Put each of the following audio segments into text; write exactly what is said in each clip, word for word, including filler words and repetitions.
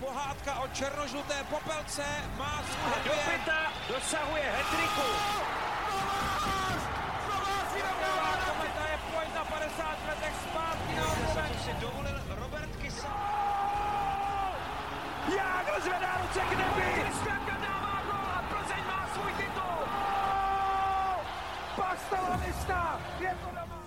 Pohádka o černožluté popelce má svůj do pěta dosahuje hat-tricku. Kometa je pojď na padesát letech zpátky na oblomek. Si dovolil Robert Kysa. Jágr zvedá ruce k nebi. Kristianka dává gól a Plzeň má svůj titul. Pastalanista, je to doma.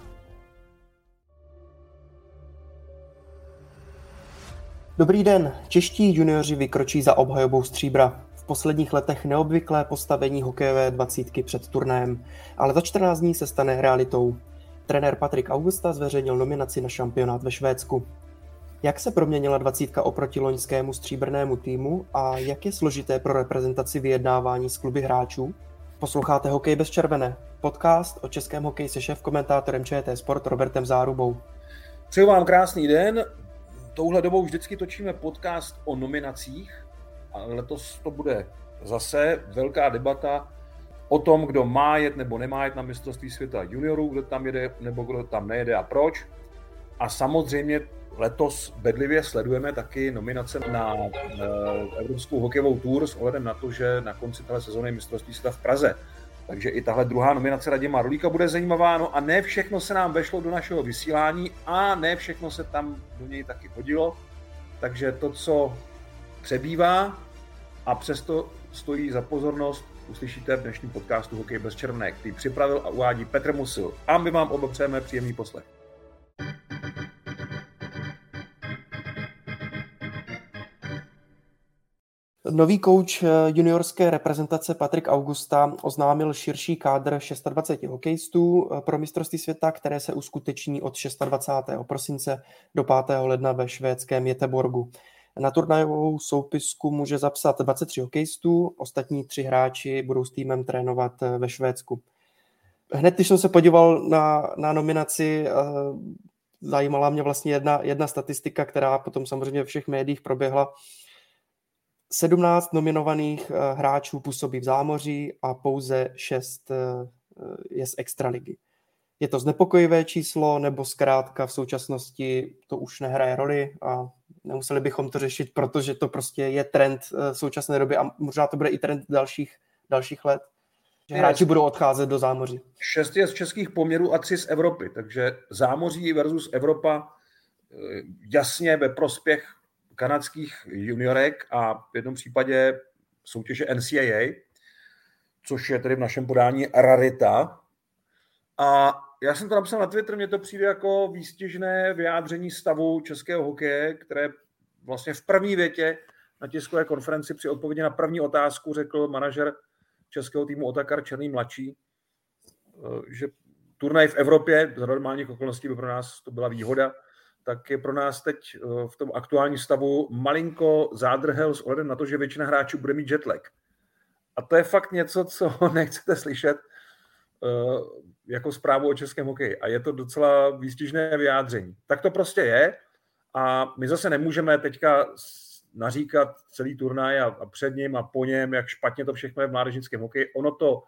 Dobrý den, čeští junioři vykročí za obhajobou stříbra. V posledních letech neobvyklé postavení hokejové dvacítky před turnajem, ale za čtrnáct dní se stane realitou. Trenér Patrik Augusta zveřejnil nominaci na šampionát ve Švédsku. Jak se proměnila dvacítka oproti loňskému stříbrnému týmu a jak je složité pro reprezentaci vyjednávání s kluby hráčů? Posloucháte Hokej bez červené, podcast o českém hokeji se šéfkomentátorem ČT Sport Robertem Zárubou. Přeju vám krásný den. Touhle dobou vždycky točíme podcast o nominacích a letos to bude zase velká debata o tom, kdo má jet nebo nemá jet na mistrovství světa juniorů, kdo tam jede nebo kdo tam nejede a proč. A samozřejmě letos bedlivě sledujeme taky nominace na Evropskou hokejovou tour s ohledem na to, že na konci téhle sezóny je mistrovství světa v Praze. Takže i tahle druhá nominace Radima Rulíka bude zajímavá, no a ne všechno se nám vešlo do našeho vysílání a ne všechno se tam do něj taky hodilo. Takže to, co přebývá a přesto stojí za pozornost, uslyšíte v dnešním podcastu Hokej bez červené, který připravil a uvádí Petr Musil. A my vám oba přejeme příjemný poslech. Nový kouč juniorské reprezentace Patrik Augusta oznámil širší kádr dvacet šest hokejistů pro mistrovství světa, které se uskuteční od dvacátého šestého prosince do pátého ledna ve švédském Göteborgu. Na turnajovou soupisku může zapsat dvacet tři hokejistů, ostatní tři hráči budou s týmem trénovat ve Švédsku. Hned, když jsem se podíval na, na nominaci, zajímala mě vlastně jedna, jedna statistika, která potom samozřejmě ve všech médiích proběhla. sedmnáct nominovaných hráčů působí v zámoří a pouze šest je z extraligy. Je to znepokojivé číslo, nebo zkrátka v současnosti to už nehraje roli a nemuseli bychom to řešit, protože to prostě je trend v současné době a možná to bude i trend dalších, dalších let, že hráči budou odcházet do zámoří. Šest je z českých poměrů a tři z Evropy, takže zámoří versus Evropa jasně ve prospěch kanadských juniorek a v jednom případě soutěže N C A A, což je tedy v našem podání rarita. A já jsem to napsal na Twitter, mně to přijde jako výstižné vyjádření stavu českého hokeje, které vlastně v první větě na tiskové konferenci při odpovědi na první otázku řekl manažer českého týmu Otakar Černý mladší, že turnaj v Evropě za normálních okolností by pro nás to byla výhoda, tak je pro nás teď v tom aktuálním stavu malinko zádrhel s ohledem na to, že většina hráčů bude mít jetlag. A to je fakt něco, co nechcete slyšet jako zprávu o českém hokeji. A je to docela výstižné vyjádření. Tak to prostě je a my zase nemůžeme teďka naříkat celý turnaj a, a před ním a po něm, jak špatně to všechno je v mládežnickém hokeji. Ono to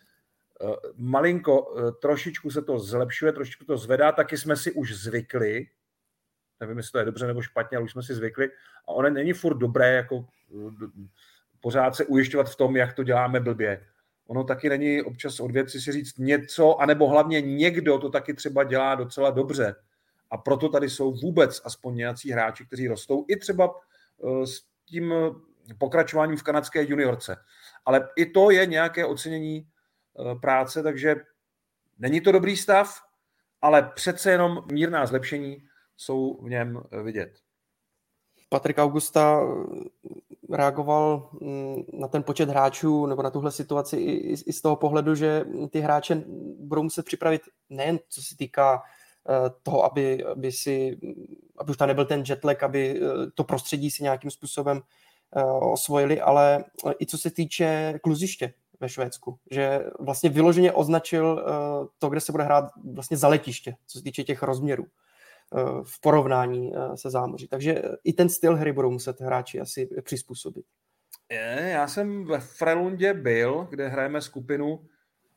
malinko, trošičku se to zlepšuje, trošičku to zvedá, taky jsme si už zvykli. Nevím, jestli to je dobře nebo špatně, ale už jsme si zvykli. A ono není furt dobré jako pořád se ujišťovat v tom, jak to děláme blbě. Ono taky není občas od věci si říct něco, anebo hlavně někdo to taky třeba dělá docela dobře. A proto tady jsou vůbec aspoň nějací hráči, kteří rostou i třeba s tím pokračováním v kanadské juniorce. Ale i to je nějaké ocenění práce, takže není to dobrý stav, ale přece jenom mírná zlepšení jsou v něm vidět. Patrik Augusta reagoval na ten počet hráčů nebo na tuhle situaci i, i z toho pohledu, že ty hráče budou muset připravit nejen co se týká toho, aby, aby, si, aby už tam nebyl ten jetlag, aby to prostředí si nějakým způsobem osvojili, ale i co se týče kluziště ve Švédsku, že vlastně vyloženě označil to, kde se bude hrát vlastně za letiště, co se týče těch rozměrů v porovnání se zámoří. Takže i ten styl hry budou muset hráči asi přizpůsobit. Je, já jsem ve Frelundě byl, kde hrajeme skupinu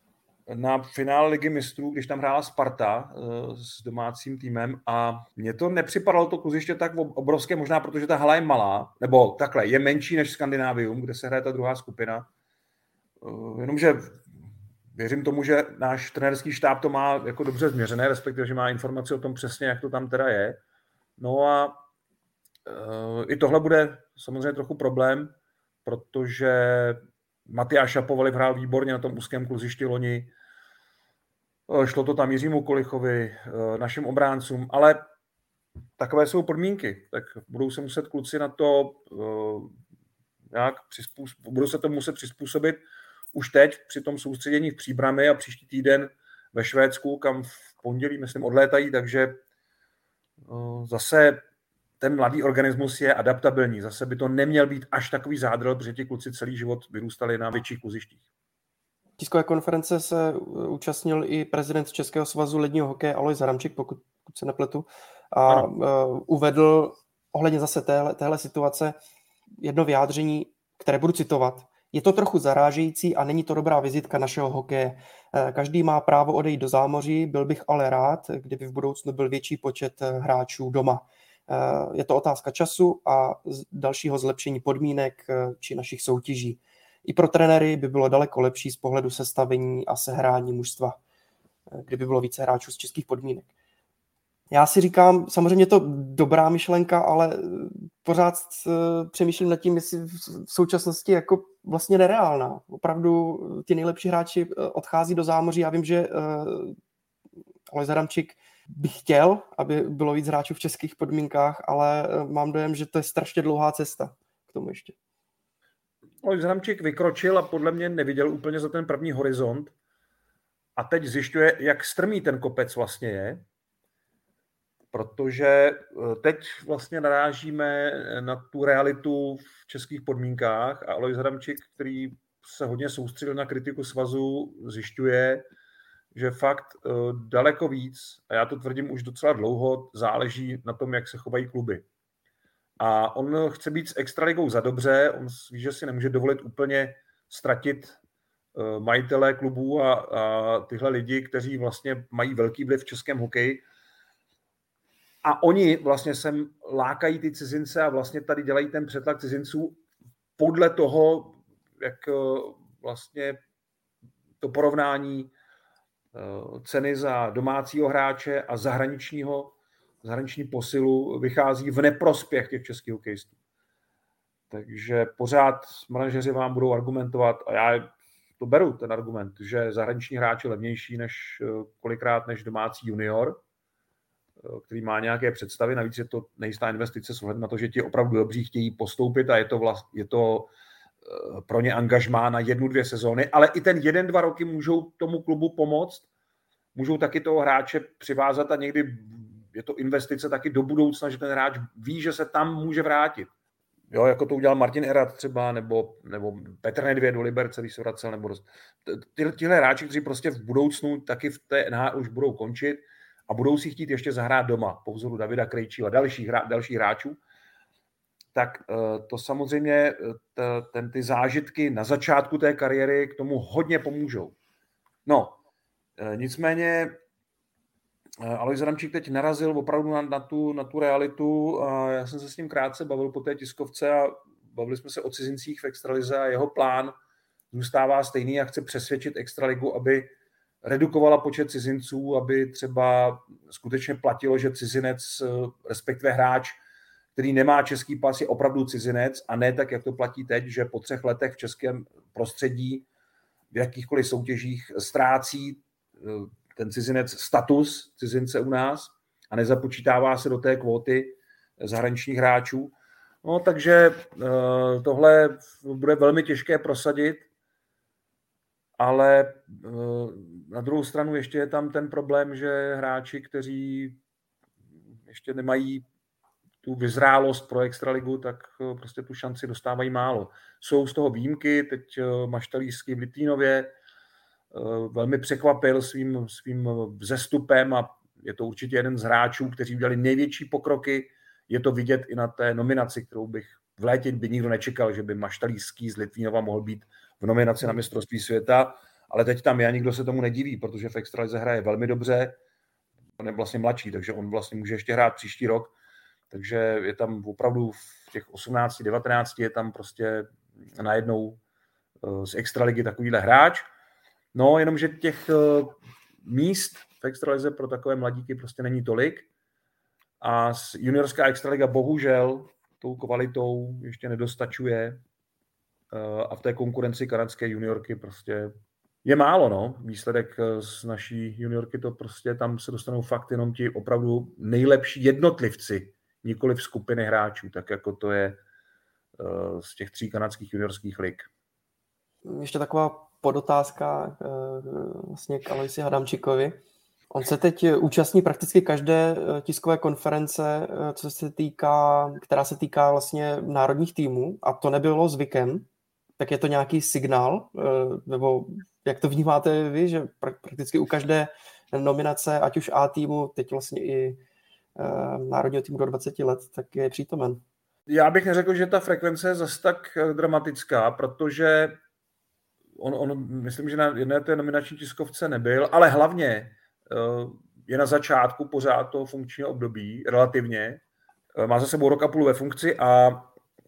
na finále Ligy mistrů, když tam hrála Sparta s domácím týmem a mně to nepřipadalo to kluziště tak obrovské, možná protože ta hala je malá, nebo takhle, je menší než Skandinavium, kde se hraje ta druhá skupina. Jenomže věřím tomu, že náš trenérský štáb to má jako dobře změřené, respektive, že má informace o tom přesně, jak to tam teda je. No a i tohle bude samozřejmě trochu problém, protože Matyáš Šapovalov hrál výborně na tom úzkém kluzišti loni. Šlo to tam Jiřímu Kolichovi, našim obráncům, ale takové jsou podmínky. Tak budou se muset kluci na to nějak přizpůsobit, budou se to muset přizpůsobit už teď při tom soustředění v Příbrami a příští týden ve Švédsku, kam v pondělí, myslím, odlétají, takže zase ten mladý organismus je adaptabilní. Zase by to neměl být až takový zádrhel, protože ti kluci celý život vyrůstali na větších kluzištích. Tiskové konference se účastnil i prezident Českého svazu ledního hokeje Alojz Hramčík, pokud, pokud se nepletu, a ano. uvedl ohledně zase téhle, téhle situace jedno vyjádření, které budu citovat. Je to trochu zarážející a není to dobrá vizitka našeho hokeje. Každý má právo odejít do zámoří, byl bych ale rád, kdyby v budoucnu byl větší počet hráčů doma. Je to otázka času a dalšího zlepšení podmínek či našich soutěží. I pro trenéry by bylo daleko lepší z pohledu sestavení a sehrání mužstva, kdyby bylo více hráčů z českých podmínek. Já si říkám, samozřejmě je to dobrá myšlenka, ale pořád přemýšlím nad tím, jestli v současnosti jako vlastně nereálná. Opravdu ti nejlepší hráči odchází do zámoří. Já vím, že Alojz Hramčík by chtěl, aby bylo víc hráčů v českých podmínkách, ale mám dojem, že to je strašně dlouhá cesta k tomu ještě. Alojz Hramčík vykročil a podle mě neviděl úplně za ten první horizont a teď zjišťuje, jak strmý ten kopec vlastně je, protože teď vlastně narážíme na tu realitu v českých podmínkách a Alojz Hramčík, který se hodně soustředil na kritiku svazu, zjišťuje, že fakt daleko víc, a já to tvrdím už docela dlouho, záleží na tom, jak se chovají kluby. A on chce být s extraligou za dobře, on ví, že si nemůže dovolit úplně ztratit majitele klubů a, a tyhle lidi, kteří vlastně mají velký vliv v českém hokeji. A oni vlastně sem lákají ty cizince a vlastně tady dělají ten přetlak cizinců podle toho, jak vlastně to porovnání ceny za domácího hráče a zahraničního, zahraniční posilu vychází v neprospěch těch českých hokejistů. Takže pořád manažeři vám budou argumentovat, a já to beru, ten argument, že zahraniční hráč je levnější než kolikrát než domácí junior, který má nějaké představy, navíc je to nejistá investice s ohledem na to, že ti opravdu dobří chtějí postoupit a je to, vlast, je to pro ně angažmá na jednu, dvě sezóny, ale i ten jeden, dva roky můžou tomu klubu pomoct, můžou taky toho hráče přivázat a někdy je to investice taky do budoucna, že ten hráč ví, že se tam může vrátit. Jo, jako to udělal Martin Erat třeba, nebo, nebo Petr Nedvěd do Liberce, když se vracel, nebo ty, tyhle hráči, kteří prostě v budoucnu taky v té N H L už budou končit a budou si chtít ještě zahrát doma po vzoru Davida Krejčího a dalších, dalších hráčů, tak to samozřejmě ten, ty zážitky na začátku té kariéry k tomu hodně pomůžou. No, nicméně Alojz Hramčík teď narazil opravdu na, na, tu, na tu realitu a já jsem se s ním krátce bavil po té tiskovce a bavili jsme se o cizincích v extralize a jeho plán zůstává stejný a chce přesvědčit extraligu, aby redukovala počet cizinců, aby třeba skutečně platilo, že cizinec, respektive hráč, který nemá český pas, je opravdu cizinec a ne tak, jak to platí teď, že po třech letech v českém prostředí v jakýchkoliv soutěžích ztrácí ten cizinec status cizince u nás a nezapočítává se do té kvóty zahraničních hráčů. No, takže tohle bude velmi těžké prosadit, ale na druhou stranu ještě je tam ten problém, že hráči, kteří ještě nemají tu vyzrálost pro extraligu, tak prostě tu šanci dostávají málo. Jsou z toho výjimky, teď Maštalíský v Litvínově velmi překvapil svým, svým vzestupem a je to určitě jeden z hráčů, kteří udělali největší pokroky. Je to vidět i na té nominaci, kterou bych v létě by nikdo nečekal, že by Maštalíský z Litvínova mohl být v nominaci na mistrovství světa. ale teď tam je a nikdo se tomu nediví, protože v extralize hraje velmi dobře, on je vlastně mladší, takže on vlastně může ještě hrát příští rok, takže je tam opravdu v těch osmnácti, devatenácti je tam prostě najednou z extraligy takovýhle hráč. No, jenomže těch míst v extralize pro takové mladíky prostě není tolik a juniorská extraliga bohužel tou kvalitou ještě nedostačuje a v té konkurenci kanadské juniorky prostě je málo, no. Výsledek z naší juniorky to prostě tam se dostanou fakt jenom ti opravdu nejlepší jednotlivci, nikoli v skupiny hráčů, tak jako to je z těch tří kanadských juniorských lig. Ještě taková podotázka vlastně k Aloisi Hadamčíkovi. On se teď účastní prakticky každé tiskové konference, co se týká, která se týká vlastně národních týmů, a to nebylo zvykem. Tak je to nějaký signál, nebo jak to vnímáte vy, že prakticky u každé nominace, ať už A týmu, teď vlastně i národního týmu do dvaceti let, tak je přítomen? Já bych neřekl, že ta frekvence je zase tak dramatická, protože on, on myslím, že na jedné té nominační tiskovce nebyl, ale hlavně je na začátku pořád toho funkčního období, relativně. Má za sebou rok a půl ve funkci a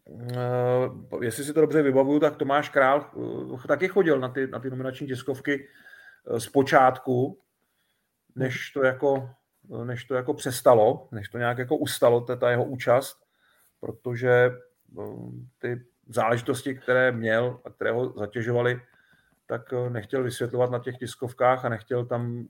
jestli si to dobře vybavuju, tak Tomáš Král taky chodil na ty, na ty nominační tiskovky zpočátku, než to jako, než to jako přestalo, než to nějak jako ustalo, ta jeho účast, protože ty záležitosti, které měl a které ho zatěžovaly, tak nechtěl vysvětlovat na těch tiskovkách a nechtěl tam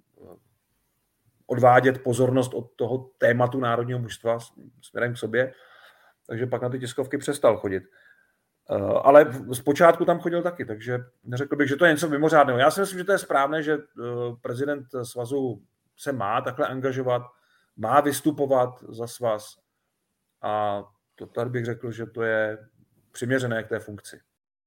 odvádět pozornost od toho tématu národního mužstva směrem k sobě, takže pak na ty tiskovky přestal chodit. Ale zpočátku tam chodil taky, takže neřekl bych, že to je něco mimořádného. Já si myslím, že to je správné, že prezident svazu se má takhle angažovat, má vystupovat za svaz a to tady bych řekl, že to je přiměřené k té funkci.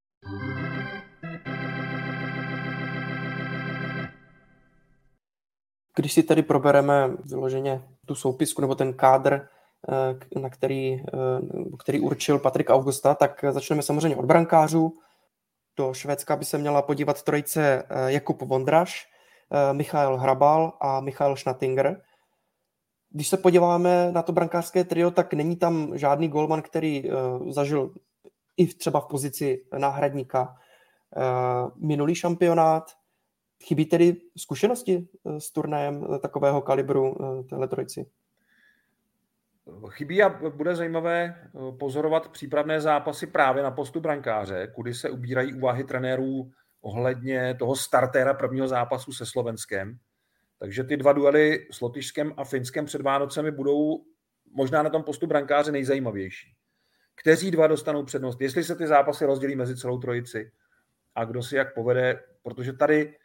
Když si tady probereme vyloženě tu soupisku nebo ten kádr, na který, který určil Patrik Augusta, tak začneme samozřejmě od brankářů. Do Švédska by se měla podívat trojice Jakub Vondraš, Michael Hrabal a Michael Schnattinger. Když se podíváme na to brankářské trio, tak není tam žádný golman, který zažil i třeba v pozici náhradníka minulý šampionát. Chybí tedy zkušenosti s turnajem takového kalibru téhle trojici? Chybí a bude zajímavé pozorovat přípravné zápasy právě na postu brankáře, kudy se ubírají úvahy trenérů ohledně toho startéra prvního zápasu se Slovenskem. Takže ty dva duely s Lotyšskem a Finskem před Vánocemi budou možná na tom postu brankáře nejzajímavější. Kteří dva dostanou přednost, jestli se ty zápasy rozdělí mezi celou trojici a kdo si jak povede, protože tady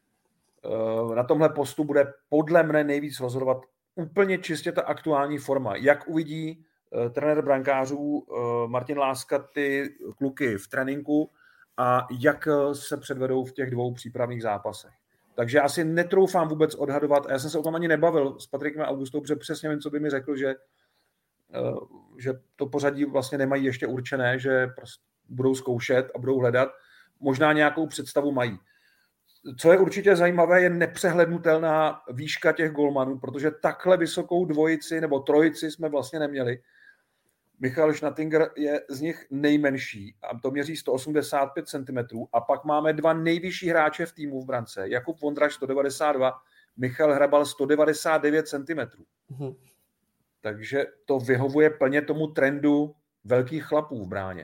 na tomhle postu bude podle mne nejvíc rozhodovat úplně čistě ta aktuální forma. Jak uvidí uh, trenér brankářů uh, Martin Láska ty kluky v tréninku a jak uh, se předvedou v těch dvou přípravných zápasech. Takže já si netroufám vůbec odhadovat, a já jsem se o tom ani nebavil s Patrikem a Augustou, protože přesně vím, co by mi řekl, že, uh, že to pořadí vlastně nemají ještě určené, že prostě budou zkoušet a budou hledat. Možná nějakou představu mají. Co je určitě zajímavé, je nepřehlednutelná výška těch golmanů, protože takhle vysokou dvojici nebo trojici jsme vlastně neměli. Michael Schnattinger je z nich nejmenší a to měří sto osmdesát pět centimetrů a pak máme dva nejvyšší hráče v týmu v brance. Jakub Vondraš sto devadesát dva, Michal Hrabal sto devadesát devět centimetrů. Mhm. Takže to vyhovuje plně tomu trendu velkých chlapů v bráně.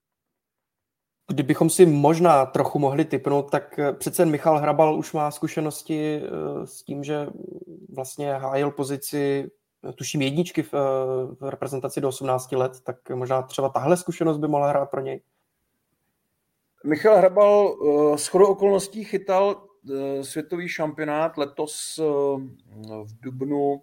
Kdybychom si možná trochu mohli tipnout, tak přece Michal Hrabal už má zkušenosti s tím, že vlastně hájil pozici, tuším, jedničky v, v reprezentaci do osmnácti let, tak možná třeba tahle zkušenost by mohla hrát pro něj. Michal Hrabal shodou okolností chytal světový šampionát letos v dubnu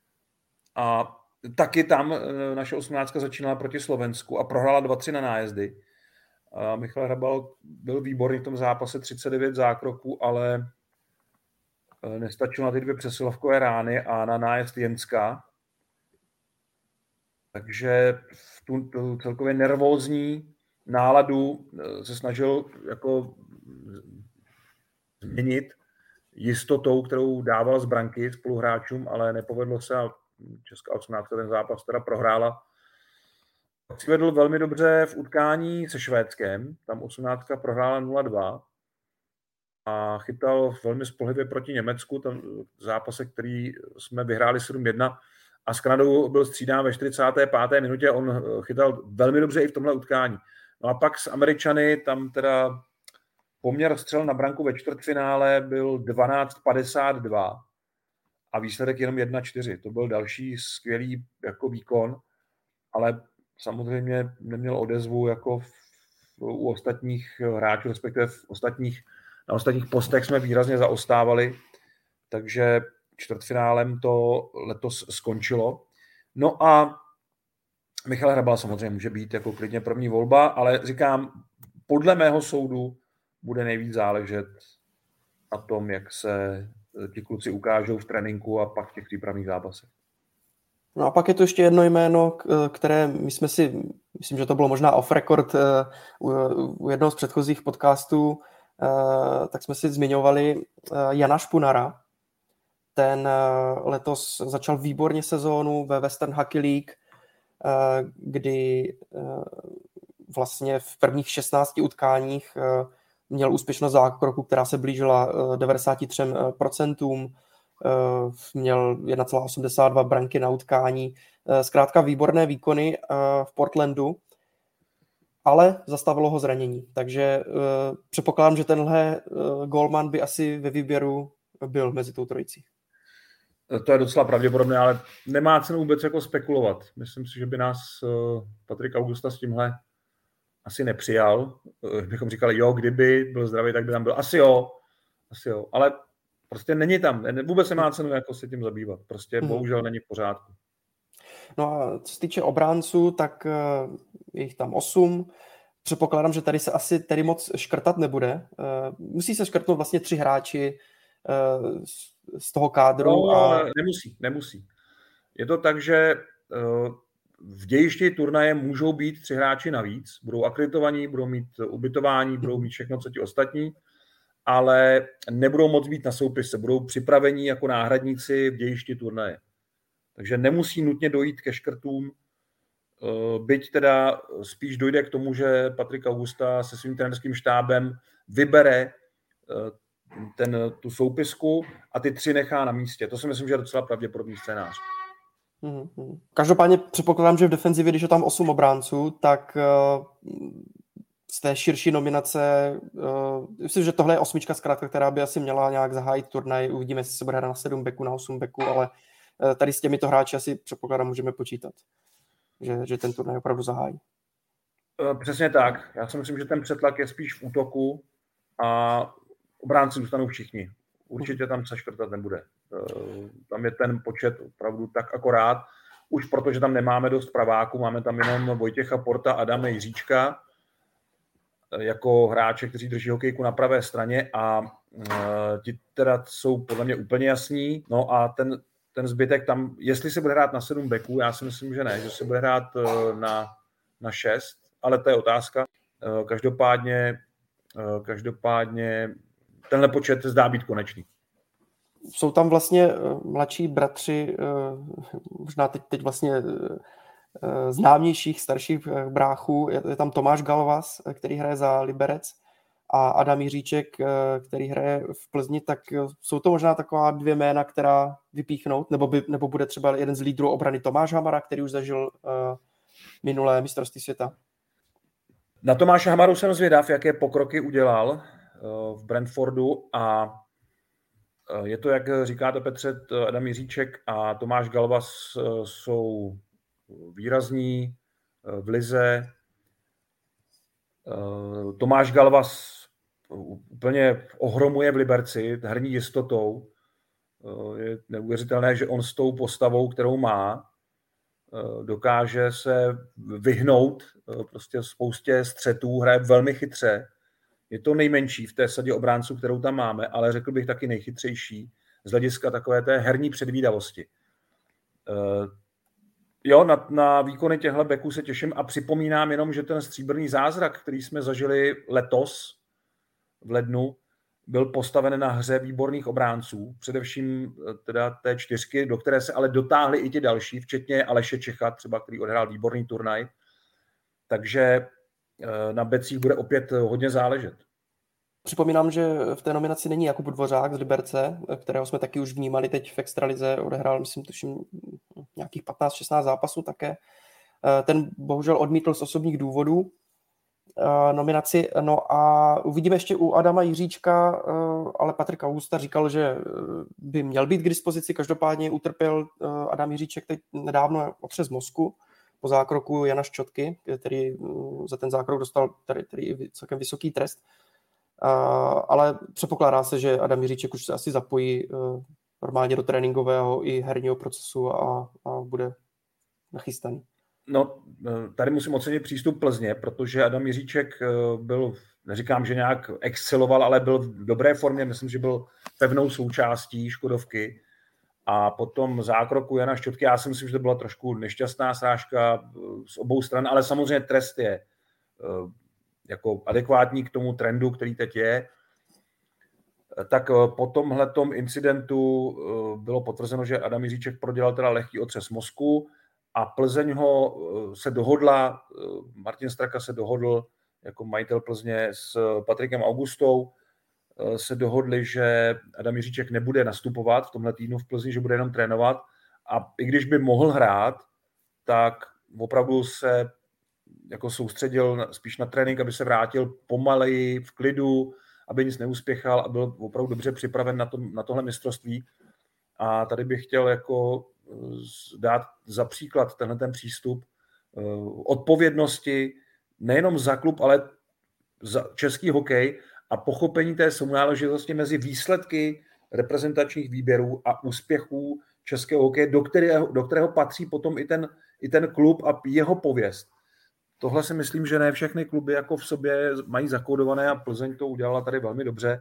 a taky tam naše osmnáctka začínala proti Slovensku a prohrála dva tři na nájezdy. A Michal Hrabal byl výborný v tom zápase, třicet devět zákroků, ale nestačilo na ty dvě přesilovkové rány a na nájezd Jenska. Takže v tu, tu celkově nervózní náladu se snažil jako změnit jistotou, kterou dával z branky spoluhráčům, ale nepovedlo se a Česká osmnáctka ten zápas teda prohrála. Si vedl velmi dobře v utkání se Švédskem, tam osmnáctka prohrála nula dva a chytal velmi spolehlivě proti Německu, tam zápase, který jsme vyhráli sedm jedna a s Kanadou byl střídán ve čtyřicáté páté minutě, on chytal velmi dobře i v tomhle utkání. No a pak s Američany, tam teda poměr střel na branku ve čtvrtfinále byl dvanáct padesát dva a výsledek jenom jedna čtyři. To byl další skvělý jako výkon, ale samozřejmě neměl odezvu jako v, u ostatních hráčů, respektive v ostatních, na ostatních postech jsme výrazně zaostávali, takže čtvrtfinálem to letos skončilo. No a Michal Hrabal samozřejmě může být jako klidně první volba, ale říkám, podle mého soudu bude nejvíc záležet na tom, jak se ti kluci ukážou v tréninku a pak v těch přípravných zápasech. No a pak je tu ještě jedno jméno, které my jsme si, myslím, že to bylo možná off record u jednoho z předchozích podcastů, tak jsme si zmiňovali Jana Špunara. Ten letos začal výborně sezónu ve Western Hockey League, kdy vlastně v prvních šestnácti utkáních měl úspěšnost zákroku, která se blížila devadesát tři procent, měl jedna celá osmdesát dva branky na utkání. Zkrátka výborné výkony v Portlandu, ale zastavilo ho zranění. Takže předpokládám, že tenhle golman by asi ve výběru byl mezi tou trojicí. To je docela pravděpodobné, ale nemá cenu vůbec jako spekulovat. Myslím si, že by nás Patrik Augusta s tímhle asi nepřijal. Bychom říkali, jo, kdyby byl zdravý, tak by tam byl. Asi jo, asi jo. Ale prostě není tam. Vůbec nemá cenu jako se tím zabývat. Prostě hmm. bohužel není v pořádku. No a co se týče obránců, tak je jich tam osm. Předpokládám, že tady se asi tady moc škrtat nebude. Musí se škrtnout vlastně tři hráči z toho kádru. No, a... Nemusí, nemusí. Je to tak, že v dějišti turnaje můžou být tři hráči navíc. Budou akreditovaní, budou mít ubytování, budou mít všechno, co ti ostatní, ale nebudou moc být na soupise. Budou připraveni jako náhradníci v dějišti turnaje. Takže nemusí nutně dojít ke škrtům, byť teda spíš dojde k tomu, že Patrik Augusta se svým trenérským štábem vybere ten, tu soupisku a ty tři nechá na místě. To si myslím, že je docela pravděpodobný scénář. Mm-hmm. Každopádně předpokládám, že v defenzivě, když je tam osm obránců, tak uh, z té širší nominace, uh, myslím, že tohle je osmička zkrátka, která by asi měla nějak zahájit turnaj. Uvidíme, jestli se bude hrát na sedm beků, na osm beků, ale uh, tady s těmito hráči asi předpokládám, můžeme počítat, že, že ten turnaj opravdu zahájí. Uh, přesně tak. Já si myslím, že ten přetlak je spíš v útoku a obránci zůstanou všichni. Určitě tam se škrtat nebude. Tam je ten počet opravdu tak akorát, už protože tam nemáme dost praváků, máme tam jenom Vojtěcha Porta, Adama Jiříčka jako hráče, kteří drží hokejku na pravé straně a ti teda jsou podle mě úplně jasní. No a ten, ten zbytek tam, jestli se bude hrát na sedm beků, já si myslím, že ne, že se bude hrát na, na šest, ale to je otázka. Každopádně, každopádně tenhle počet zdá být konečný. Jsou tam vlastně mladší bratři, možná teď, teď vlastně známějších, starších bráchů. Je tam Tomáš Galvas, který hraje za Liberec, a Adam Jiříček, který hraje v Plzni. Tak jsou to možná taková dvě jména, která vypíchnout, nebo, by, nebo bude třeba jeden z lídrů obrany Tomáš Hamara, který už zažil minulé mistrovství světa. Na Tomáše Hamaru jsem zvědav, jaké pokroky udělal v Brentfordu a je to, jak říkáte Petře, Adam Jiříček a Tomáš Galvas jsou výrazní v lize. Tomáš Galvas úplně ohromuje v Liberci herní jistotou. Je neuvěřitelné, že on s tou postavou, kterou má, dokáže se vyhnout prostě spoustě střetů, hraje velmi chytře. Je to nejmenší v té sadě obránců, kterou tam máme, ale řekl bych taky nejchytřejší z hlediska takové té herní předvídavosti. Uh, jo, na, na výkony těchto beků se těším a připomínám jenom, že ten stříbrný zázrak, který jsme zažili letos v lednu, byl postaven na hře výborných obránců, především teda té čtyřky, do které se ale dotáhli i ti další, včetně Aleše Čecha, třeba, který odehrál výborný turnaj. Takže na becích bude opět hodně záležet. Připomínám, že v té nominaci není Jakub Dvořák z Liberce, kterého jsme taky už vnímali teď v extralize, odehrál, myslím, tuším, nějakých patnáct šestnáct zápasů také. Ten bohužel odmítl z osobních důvodů nominaci. No a uvidíme ještě u Adama Jiříčka, ale Patrik Augusta říkal, že by měl být k dispozici. Každopádně utrpěl Adam Jiříček teď nedávno otřes mozku po zákroku Jana Ščotky, který za ten zákrok dostal tady, tady celkem vysoký trest. Ale předpokládá se, že Adam Jiříček už se asi zapojí normálně do tréninkového i herního procesu a, a bude nachystaný. No, tady musím ocenit přístup Plzně, protože Adam Jiříček byl, neříkám, že nějak exceloval, ale byl v dobré formě, myslím, že byl pevnou součástí Škodovky. A potom zákroku Jana Šťotky, já si myslím, že to byla trošku nešťastná srážka z obou stran, ale samozřejmě trest je jako adekvátní k tomu trendu, který teď je. Tak po tomhletom incidentu bylo potvrzeno, že Adam Jiříček prodělal teda lehký otřes mozku, a Plzeň ho se dohodla, Martin Straka se dohodl jako majitel Plzně s Patrikem Augustou, se dohodli, že Adam Jiříček nebude nastupovat v tomhle týdnu v Plzni, že bude jenom trénovat, a i když by mohl hrát, tak opravdu se jako soustředil spíš na trénink, aby se vrátil pomaleji, v klidu, aby nic neuspěchal a byl opravdu dobře připraven na, to, na tohle mistrovství. A tady bych chtěl jako dát za příklad tenhle ten přístup odpovědnosti nejenom za klub, ale za český hokej a pochopení té sounáležitosti mezi výsledky reprezentačních výběrů a úspěchů českého hokeje, do kterého, do kterého patří potom i ten, i ten klub a jeho pověst. Tohle si myslím, že ne všechny kluby jako v sobě mají zakódované a Plzeň to udělala tady velmi dobře.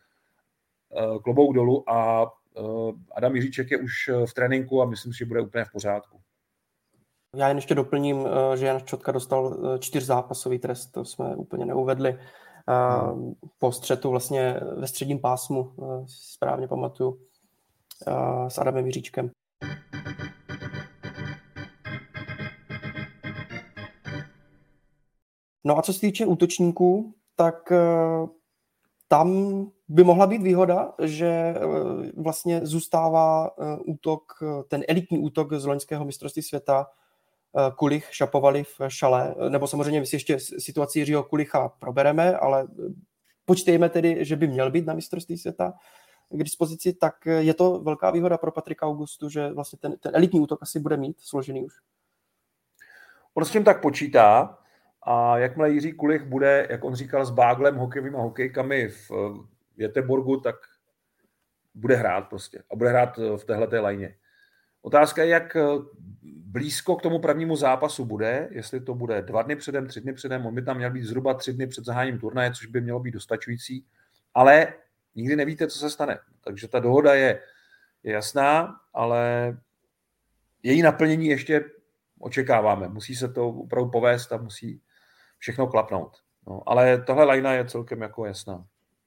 Klobouk dolů a Adam Jiříček je už v tréninku a myslím si, že bude úplně v pořádku. Já jen ještě doplním, že Jan Ščotka dostal čtyřzápasový trest, to jsme úplně neuvedli. Hmm. Po střetu vlastně ve středním pásmu, správně pamatuju, s Adamem Jiříčkem. No a co se týče útočníků, tak tam by mohla být výhoda, že vlastně zůstává útok, ten elitní útok z loňského mistrovství světa, Kulich, Šapovaliv, Šalé, nebo samozřejmě my si ještě situaci Jiřího Kulicha probereme, ale počítejme tedy, že by měl být na mistrovství světa k dispozici, tak je to velká výhoda pro Patrika Augustu, že vlastně ten, ten elitní útok asi bude mít složený už. On s tím tak počítá a jakmile Jiří Kulich bude, jak on říkal, s báglem, hokejovými hokejkami v Göteborgu, tak bude hrát prostě a bude hrát v téhleté lajně. Otázka je, jak blízko k tomu prvnímu zápasu bude, jestli to bude dva dny předem, tři dny předem, on by tam měl být zhruba tři dny před zahájením turnaje, což by mělo být dostačující, ale nikdy nevíte, co se stane. Takže ta dohoda je, je jasná, ale její naplnění ještě očekáváme. Musí se to opravdu povést a musí všechno klapnout. No, ale tahle lajna je celkem jako jasná.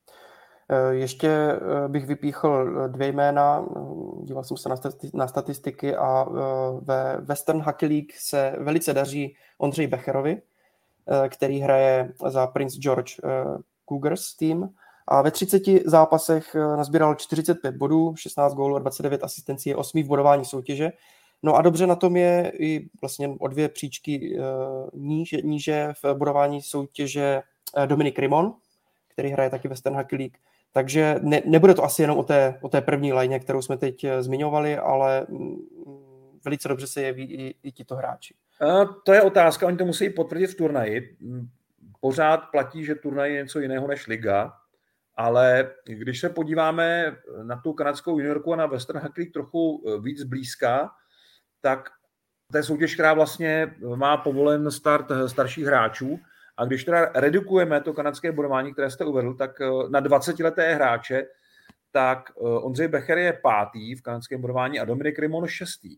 Ještě bych vypíchl dvě jména, díval jsem se na statistiky a ve Western Hockey League se velice daří Ondřej Becherovi, který hraje za Prince George Cougars tým a ve třiceti zápasech nazbíral čtyřicet pět bodů, šestnáct gólů a dvacet devět asistencí, je osmý v bodování soutěže. No a dobře na tom je i vlastně o dvě příčky níže, níže v bodování soutěže Dominik Rimon, který hraje taky Western Hockey League. Takže ne, nebude to asi jenom o té, o té první lajně, kterou jsme teď zmiňovali, ale velice dobře se jeví i, i tito hráči. A to je otázka, oni to musí potvrdit v turnaji. Pořád platí, že turnaj je něco jiného než liga, ale když se podíváme na tu kanadskou juniorku a na Western Hockey League trochu víc blízka, tak to je soutěž, která vlastně má povolen start starších hráčů. A když teda redukujeme to kanadské bodování, které jste uvedl, tak na dvacetileté hráče, tak Ondřej Becher je pátý v kanadském bodování a Dominik Rimon šestý.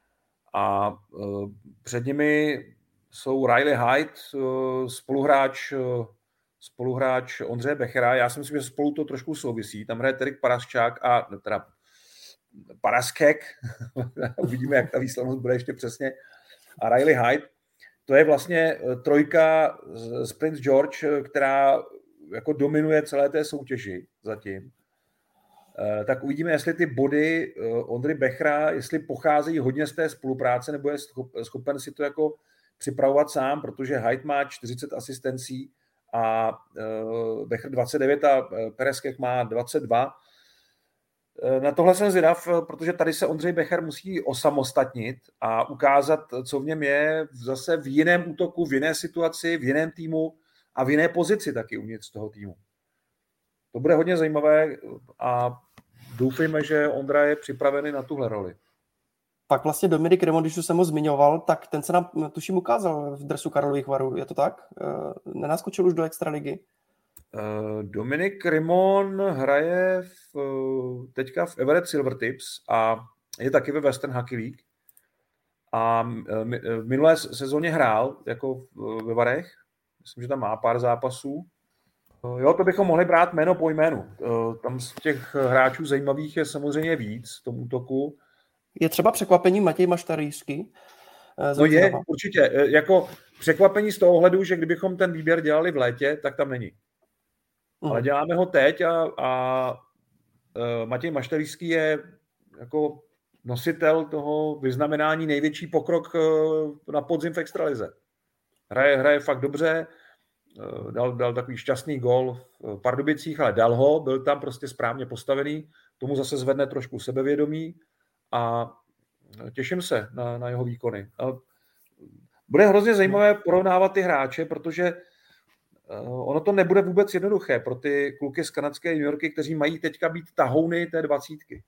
A před nimi jsou Riley Hyde, spoluhráč spoluhráč Ondřeje Bechera. Já si myslím, že spolu to trošku souvisí. Tam hraje Terik Paraschák a teda Paraskek. Uvidíme, jak ta výslednost bude ještě přesně. A Riley Hyde. To je vlastně trojka z Prince George, která jako dominuje celé té soutěži zatím. Tak uvidíme, jestli ty body Ondry Bechra, jestli pocházejí hodně z té spolupráce, nebo je schopen si to jako připravovat sám, protože Hyde má čtyřicet asistencí a Becher dvacet devět a Pereskek má dvacet dva. Na tohle jsem zvědav, protože tady se Ondřej Becher musí osamostatnit a ukázat, co v něm je zase v jiném útoku, v jiné situaci, v jiném týmu a v jiné pozici taky uvnitř toho týmu. To bude hodně zajímavé a doufejme, že Ondra je připravený na tuhle roli. Pak vlastně Dominik Remon, když už jsem ho zmiňoval, tak ten se nám, tuším, ukázal v dresu Karlových Varů. Je to tak? Nenaskočil už do extraligy? Dominik Remon hraje v, teďka v Everett Silvertips a je taky ve Western Hockey League. A v minulé sezóně hrál jako ve Varech. Myslím, že tam má pár zápasů. Jo, to bychom mohli brát jméno po jménu. Tam z těch hráčů zajímavých je samozřejmě víc v tom útoku. Je třeba překvapení Matěj Maštarijský? No je, určitě. Jako překvapení z toho ohledu, že kdybychom ten výběr dělali v létě, tak tam není. Mm. Ale děláme ho teď a, a uh, Matěj Maštarijský je jako nositel toho vyznamenání největší pokrok uh, na podzim v extralize. Hraje, hraje fakt dobře, uh, dal, dal takový šťastný gól v Pardubicích, ale dal ho, byl tam prostě správně postavený, tomu zase zvedne trošku sebevědomí a těším se na, na jeho výkony. A bude hrozně zajímavé porovnávat ty hráče, protože ono to nebude vůbec jednoduché pro ty kluky z kanadské juniorky, kteří mají teďka být tahouny té dvacítky.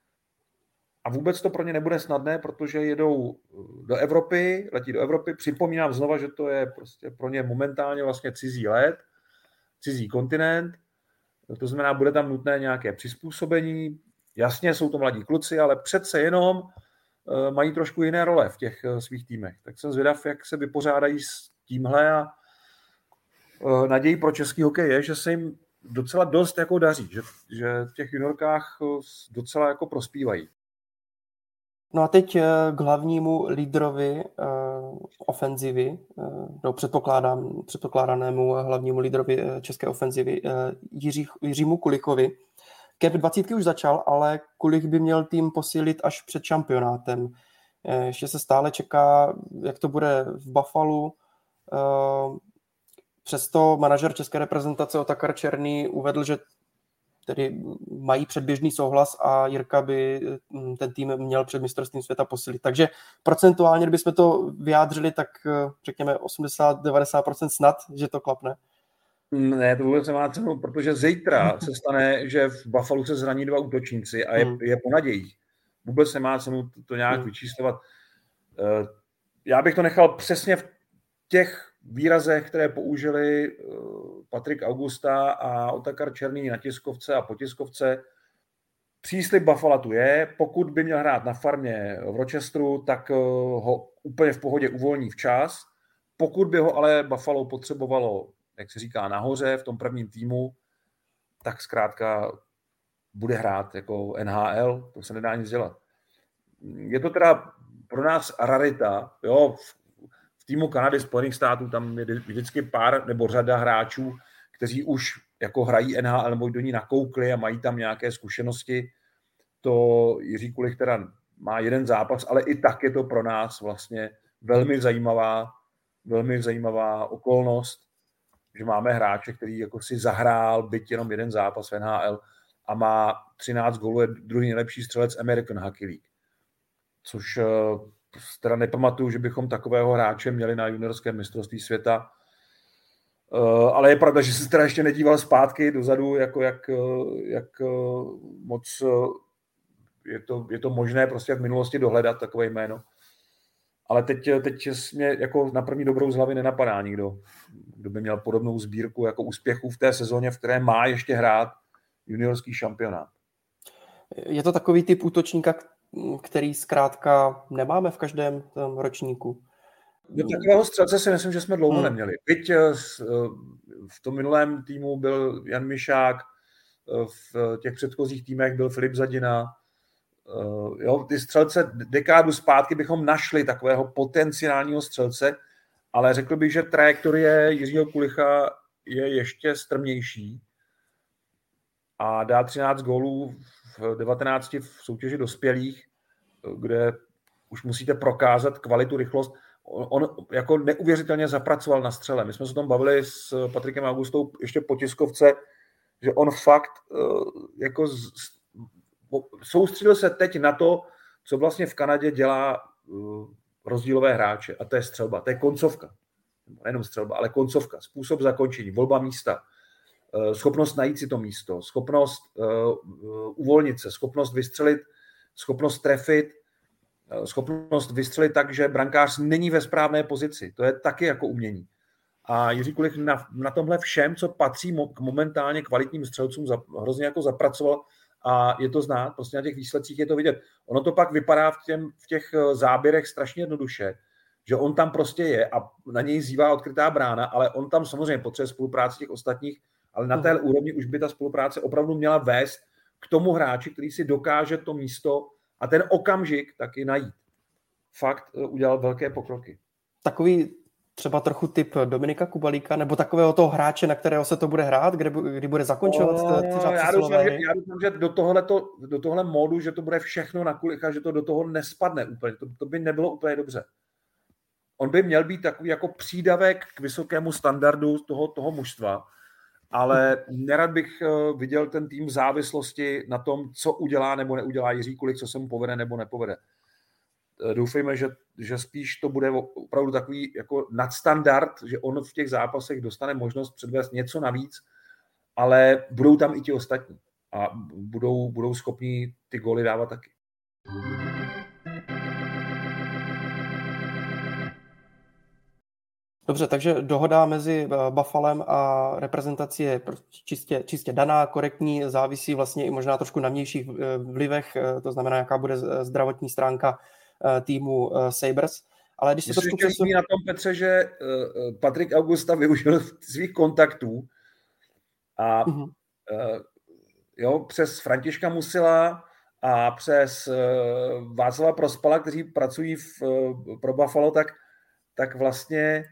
A vůbec to pro ně nebude snadné, protože jedou do Evropy, letí do Evropy. Připomínám znova, že to je prostě pro ně momentálně vlastně cizí let, cizí kontinent. To znamená, bude tam nutné nějaké přizpůsobení. Jasně, jsou to mladí kluci, ale přece jenom mají trošku jiné role v těch svých týmech. Tak jsem zvědav, jak se vypořádají s tímhle a naději pro český hokej je, že se jim docela dost jako daří, že, že v těch juniorkách docela jako prospívají. No a teď k hlavnímu lídrovi uh, ofenzivy, uh, no předpokládám, předpokládanému hlavnímu lídrovi české ofenzivy uh, Jiří, Jiřímu Kulikovi. Cap dvacítky už začal, ale Kulich by měl tým posílit až před šampionátem. Uh, ještě se stále čeká, jak to bude v Buffalu. Uh, Přesto manažer české reprezentace Otakar Černý uvedl, že tedy mají předběžný souhlas a Jirka by ten tým měl před mistrovstvím světa posílit. Takže procentuálně, kdybychom to vyjádřili, tak řekněme osmdesát až devadesát procent snad, že to klapne. Ne, to vůbec nemá cenu, protože zítra se stane, že v Buffalu se zraní dva útočníci a je, hmm. je po nadějích. Vůbec nemá cenu to, to nějak hmm. vyčíslovat. Já bych to nechal přesně v těch výrazech, které použili Patrik Augusta a Otakar Černý na tiskovce a po tiskovce. Příslib Buffalo tu je, pokud by měl hrát na farmě v Rochesteru, tak ho úplně v pohodě uvolní včas. Pokud by ho ale Buffalo potřebovalo, jak se říká, nahoře v tom prvním týmu, tak zkrátka bude hrát jako N H L, to se nedá nic dělat. Je to teda pro nás rarita, jo, v týmu Kanady, Spojených států, tam je vždycky pár nebo řada hráčů, kteří už jako hrají N H L nebo do ní nakoukli a mají tam nějaké zkušenosti. To Jiří Kulich teda má jeden zápas, ale i tak je to pro nás vlastně velmi zajímavá, velmi zajímavá okolnost, že máme hráče, který jako si zahrál byť jenom jeden zápas v N H L a má třináct gólů, je druhý nejlepší střelec American Hockey League. Což teda nepamatuju, že bychom takového hráče měli na juniorském mistrovství světa. Ale je pravda, že se teda ještě nedíval zpátky dozadu, jako jak, jak moc je to, je to možné prostě v minulosti dohledat takové jméno. Ale teď, teď mě jako na první dobrou z hlavy nenapadá nikdo, kdo by měl podobnou sbírku jako úspěchů v té sezóně, v které má ještě hrát juniorský šampionát. Je to takový typ útočníka, který zkrátka nemáme v každém ročníku. No, takového střelce si myslím, že jsme dlouho hmm. neměli. Byť v tom minulém týmu byl Jan Mišák, v těch předchozích týmech byl Filip Zadina. Jo, ty střelce dekádu zpátky bychom našli takového potenciálního střelce, ale řekl bych, že trajektorie Jiřího Kulicha je ještě strmější a dá třináct gólů v devatenácti v soutěži dospělých, kde už musíte prokázat kvalitu, rychlost. On, on jako neuvěřitelně zapracoval na střele. My jsme se o tom bavili s Patrikem Augustou ještě po tiskovce, že on fakt jako z, soustředil se teď na to, co vlastně v Kanadě dělá rozdílové hráče, a to je střelba, to je koncovka. Nejenom střelba, ale koncovka, způsob zakončení, volba místa, schopnost najít si to místo, schopnost uvolnit se, schopnost vystřelit, schopnost trefit, schopnost vystřelit tak, že brankář není ve správné pozici. To je taky jako umění. A Jiří Kulich na, na tomhle všem, co patří mo, k momentálně kvalitním střelcům, za, hrozně jako zapracoval a je to znát, prostě na těch výsledcích je to vidět. Ono to pak vypadá v, těm, v těch záběrech strašně jednoduše, že on tam prostě je a na něj zývá odkrytá brána, ale on tam samozřejmě potřebuje spolupráci těch ostatních, ale na té úrovni už by ta spolupráce opravdu měla vést k tomu hráči, který si dokáže to místo a ten okamžik taky najít. Fakt udělal velké pokroky. Takový třeba trochu typ Dominika Kubalíka, nebo takového toho hráče, na kterého se to bude hrát, kdy, kdy bude zakončovat no, ty já doufám, že, já doufám, že do tohoto, do tohle módu, že to bude všechno na Kulicha, že to do toho nespadne úplně. To, to by nebylo úplně dobře. On by měl být takový jako přídavek k vysokému standardu toho, toho mužstva, ale nerad bych viděl ten tým v závislosti na tom, co udělá nebo neudělá Jiří Kulich, co se mu povede nebo nepovede. Doufejme, že, že spíš to bude opravdu takový jako nadstandard, že on v těch zápasech dostane možnost předvést něco navíc, ale budou tam i ti ostatní a budou, budou schopni ty góly dávat taky. Dobře, takže dohoda mezi Buffalem a reprezentací je čistě, čistě daná, korektní, závisí vlastně i možná trošku na vnějších vlivech, to znamená, jaká bude zdravotní stránka týmu Sabres. Ale když se to přesu... na tom, Petře, že Patrik Augusta využil svých kontaktů a uh-huh. jo, přes Františka Musila a přes Václava Prospala, kteří pracují v, pro Buffalo, tak, tak vlastně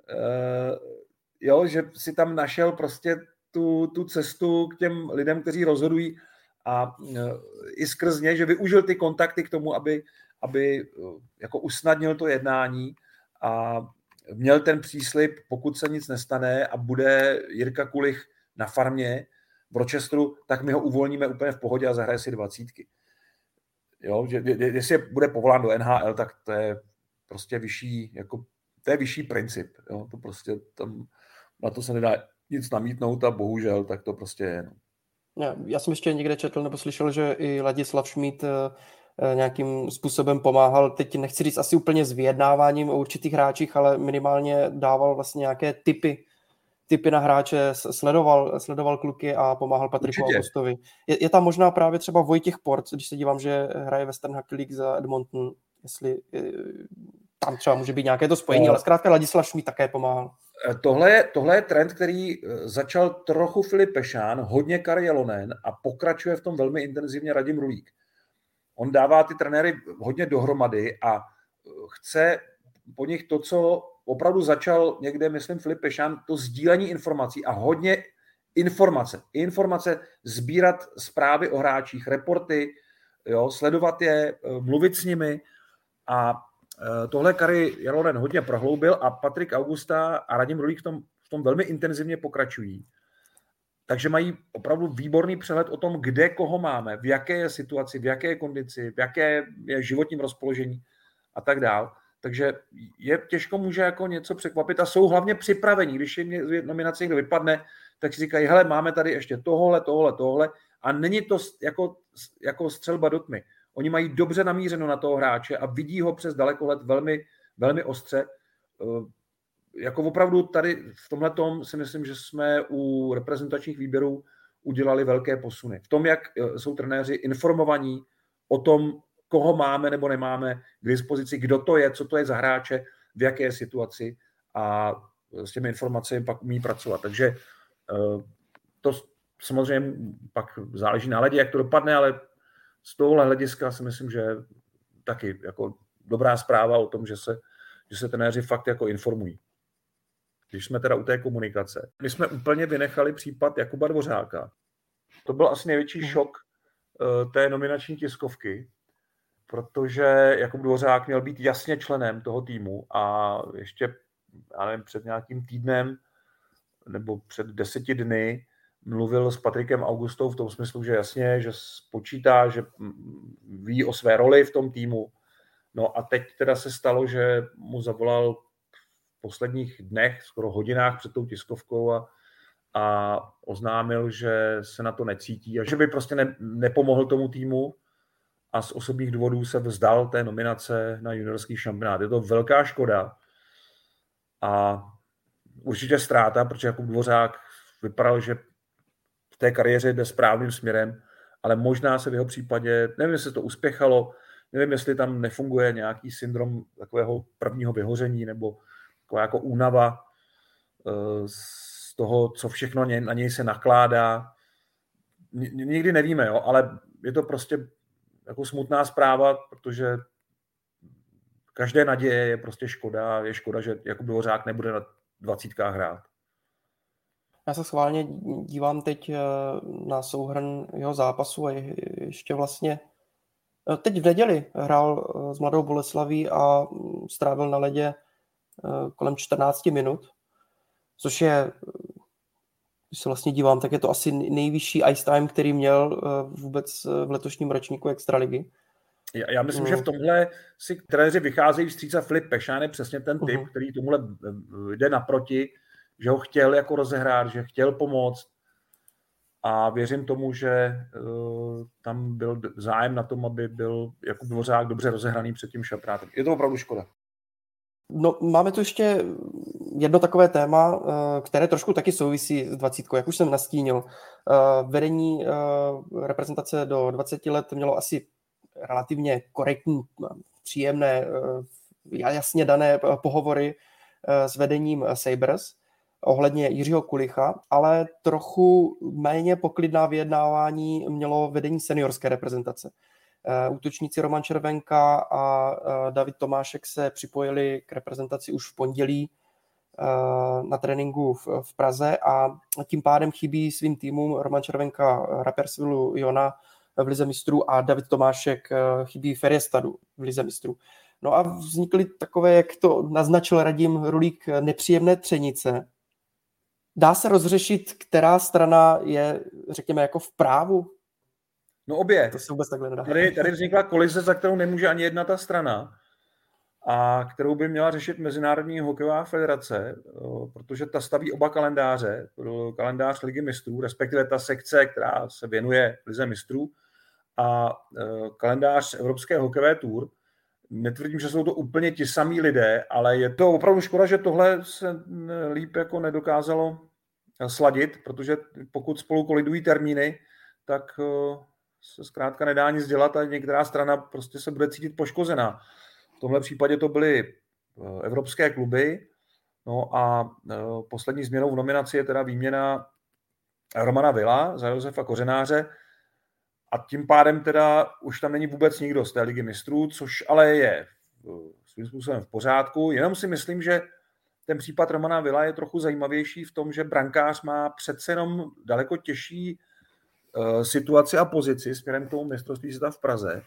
jo, že si tam našel prostě tu, tu cestu k těm lidem, kteří rozhodují a i skrz ně, že využil ty kontakty k tomu, aby aby jako usnadnil to jednání a měl ten příslib, pokud se nic nestane a bude Jirka Kulich na farmě v Rochesteru, tak my ho uvolníme úplně v pohodě a zahraje si dvacítky. Jo, že, jestli bude povolán do N H L, tak to je prostě vyšší, jako, to je vyšší princip. Jo, to prostě tam, na to se nedá nic namítnout a bohužel, tak to prostě je. No. Já, já jsem ještě někde četl nebo slyšel, že i Ladislav Šmíd nějakým způsobem pomáhal, teď nechci říct asi úplně s vyjednáváním o určitých hráčích, ale minimálně dával vlastně nějaké tipy, tipy na hráče, sledoval, sledoval kluky a pomáhal Patriku Augustovi. Je, je tam možná právě třeba Vojtěch Port, když se dívám, že hraje Western Hockey League za Edmonton, jestli tam třeba může být nějaké to spojení, no. Ale zkrátka Ladislav Šmíd také pomáhal. Tohle je, tohle je trend, který začal trochu Filip Pešán, hodně Kari Jalonen a pokračuje v tom velmi intenzivně Radim Rulík. On dává ty trenéry hodně dohromady a chce po nich to, co opravdu začal někde, myslím, Filip Pešán, to sdílení informací a hodně informace. Informace, sbírat zprávy o hráčích, reporty, jo, sledovat je, mluvit s nimi a tohle Kari Jalonen hodně prohloubil a Patrik Augusta a Radim Rulík v tom, v tom velmi intenzivně pokračují. Takže mají opravdu výborný přehled o tom, kde koho máme, v jaké je situaci, v jaké je kondici, v jaké je životním rozpoložení a tak dál. Takže je těžko může jako něco překvapit a jsou hlavně připravení. Když jim nominace někdo vypadne, tak si říkají, hele, máme tady ještě tohle, tohle, tohle a není to jako, jako střelba do tmy. Oni mají dobře namířeno na toho hráče a vidí ho přes dalekohled velmi, velmi ostře. Jako opravdu tady v tomhletom si myslím, že jsme u reprezentačních výběrů udělali velké posuny. V tom, jak jsou trenéři informovaní o tom, koho máme nebo nemáme k dispozici, kdo to je, co to je za hráče v jaké situaci a s těmi informacemi pak umí pracovat. Takže to samozřejmě pak záleží na ledě, jak to dopadne, ale z tohohle hlediska si myslím, že taky jako dobrá zpráva o tom, že se, že se trenéři fakt jako informují. Když jsme teda u té komunikace. My jsme úplně vynechali případ Jakuba Dvořáka. To byl asi největší šok uh, té nominační tiskovky, protože Jakub Dvořák měl být jasně členem toho týmu a ještě, já nevím, před nějakým týdnem nebo před deseti dny mluvil s Patrikem Augustou v tom smyslu, že jasně, že počítá, že ví o své roli v tom týmu. No a teď teda se stalo, že mu zavolal v posledních dnech, skoro hodinách před tou tiskovkou a, a oznámil, že se na to necítí a že by prostě ne, nepomohl tomu týmu a z osobních důvodů se vzdal té nominace na juniorský šampionát. Je to velká škoda a určitě ztráta, protože Jakub Dvořák vypadal, že v té kariéře jde správným směrem, ale možná se v jeho případě, nevím, jestli to uspěchalo, nevím, jestli tam nefunguje nějaký syndrom takového prvního vyhoření nebo taková jako únava z toho, co všechno na něj se nakládá. Nikdy nevíme, jo, ale je to prostě jako smutná zpráva, protože každé naděje je prostě škoda. Je škoda, že Jakub Dvořák nebude na dvacítkách hrát. Já se schválně dívám teď na souhrn jeho zápasu a ještě vlastně teď v neděli hrál s Mladou Boleslaví a strávil na ledě kolem čtrnáct minut, což je, když se vlastně dívám, tak je to asi nejvyšší ice time, který měl vůbec v letošním ročníku extraligy. Já, já myslím, mm. že v tomhle si trenéři vycházejí vstříc a Filip Pešán je přesně ten typ, mm. který tomuhle jde naproti, že ho chtěl jako rozehrát, že chtěl pomoct a věřím tomu, že uh, tam byl zájem na tom, aby byl Jakub Dvořák dobře rozehraný před tím šampionátem. Je to opravdu škoda. No, máme tu ještě jedno takové téma, které trošku taky souvisí s dvacítkou, jak už jsem nastínil. Vedení reprezentace do dvaceti let mělo asi relativně korektní, příjemné, jasně dané pohovory s vedením Sabres ohledně Jiřího Kulicha, ale trochu méně poklidná vyjednávání mělo vedení seniorské reprezentace. Útočníci Roman Červenka a David Tomášek se připojili k reprezentaci už v pondělí na tréninku v Praze a tím pádem chybí svým týmům Roman Červenka Rapperswilu Jona v lize mistrů a David Tomášek chybí Ferjestadu v lize mistrů. No a vznikly takové, jak to naznačil Radim Rulík, nepříjemné třenice. Dá se rozřešit, která strana je, řekněme, jako v právu? No obě. To se vůbec takhle nedá. Tady, tady vznikla kolize, za kterou nemůže ani jedna ta strana a kterou by měla řešit Mezinárodní hokejová federace, protože ta staví oba kalendáře, kalendář Ligy mistrů, respektive ta sekce, která se věnuje Lize mistrů a kalendář Evropské hokejové tour. Netvrdím, že jsou to úplně ti samí lidé, ale je to opravdu škoda, že tohle se líp jako nedokázalo sladit, protože pokud spolu kolidují termíny, tak se zkrátka nedá nic dělat a některá strana prostě se bude cítit poškozená. V tomhle případě to byly evropské kluby, no a poslední změnou v nominaci je teda výměna Romana Villa za Josefa Kořenáře a tím pádem teda už tam není vůbec nikdo z té Ligy mistrů, což ale je svým způsobem v pořádku. Jenom si myslím, že ten případ Romana Villa je trochu zajímavější v tom, že brankář má přece jenom daleko těžší situaci a pozici směrem k tomu mistrovství světa v Praze.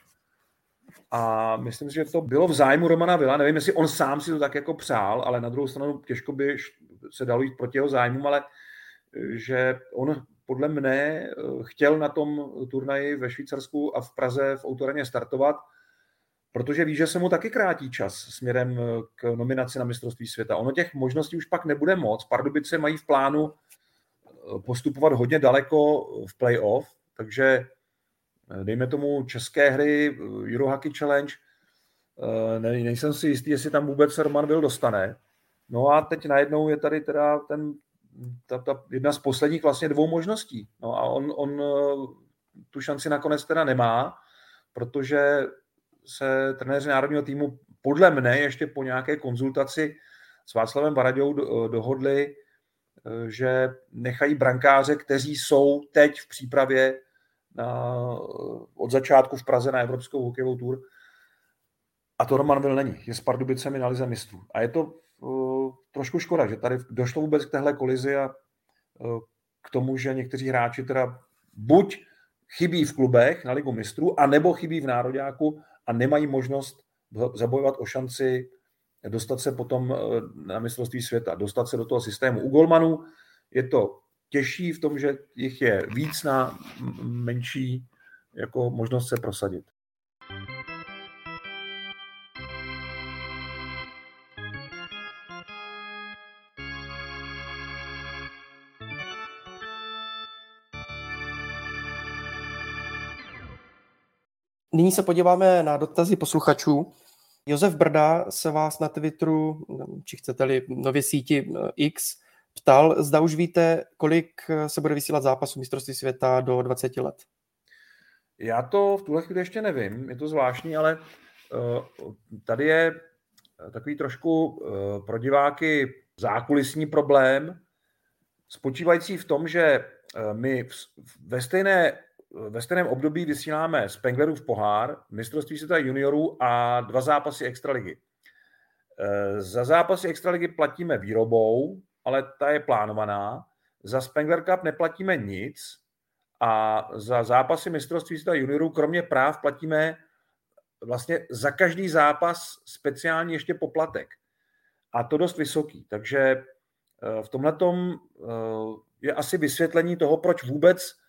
A myslím si, že to bylo v zájmu Romana Villa. Nevím, jestli on sám si to tak jako přál, ale na druhou stranu těžko by se dalo jít proti jeho zájmům, ale že on podle mne chtěl na tom turnaji ve Švýcarsku a v Praze v Autoreně startovat, protože ví, že se mu taky krátí čas směrem k nominaci na mistrovství světa. Ono těch možností už pak nebude moc. Pardubice mají v plánu postupovat hodně daleko v playoff, takže dejme tomu české hry, Eurohockey Challenge, ne, nejsem si jistý, jestli tam vůbec Roman Will dostane. No a teď najednou je tady teda ten, ta, ta jedna z posledních vlastně dvou možností. No a on, on tu šanci nakonec teda nemá, protože se trenéři národního týmu podle mne ještě po nějaké konzultaci s Václavem Varaďou dohodli, že nechají brankáře, kteří jsou teď v přípravě na, od začátku v Praze na Evropskou hokejovou tour. A to Roman Vil není. Je s Pardubicemi na lize mistrů. A je to uh, trošku škoda, že tady došlo vůbec k téhle kolizi a uh, k tomu, že někteří hráči teda buď chybí v klubech na ligu mistrů, anebo chybí v nároďáku a nemají možnost zabojovat o šanci dostat se potom na mistrovství světa, dostat se do toho systému. U golmanů je to těžší v tom, že jich je víc na menší jako možnost se prosadit. Nyní se podíváme na dotazy posluchačů. Josef Brda se vás na Twitteru, či chcete-li nově síti X, ptal, zda už víte, kolik se bude vysílat zápasů mistrovství světa do dvacet let. Já to v tuhle chvíli ještě nevím, je to zvláštní, ale uh, tady je takový trošku uh, pro diváky zákulisní problém, spočívající v tom, že uh, my v, ve stejné Ve stejném období vysíláme Spenglerův pohár, mistrovství světa juniorů a dva zápasy extraligy. Za zápasy extraligy platíme výrobou, ale ta je plánovaná. Za Spengler Cup neplatíme nic a za zápasy mistrovství světa juniorů kromě práv platíme vlastně za každý zápas speciálně ještě poplatek. A to dost vysoký. Takže v tomhletom je asi vysvětlení toho, proč vůbec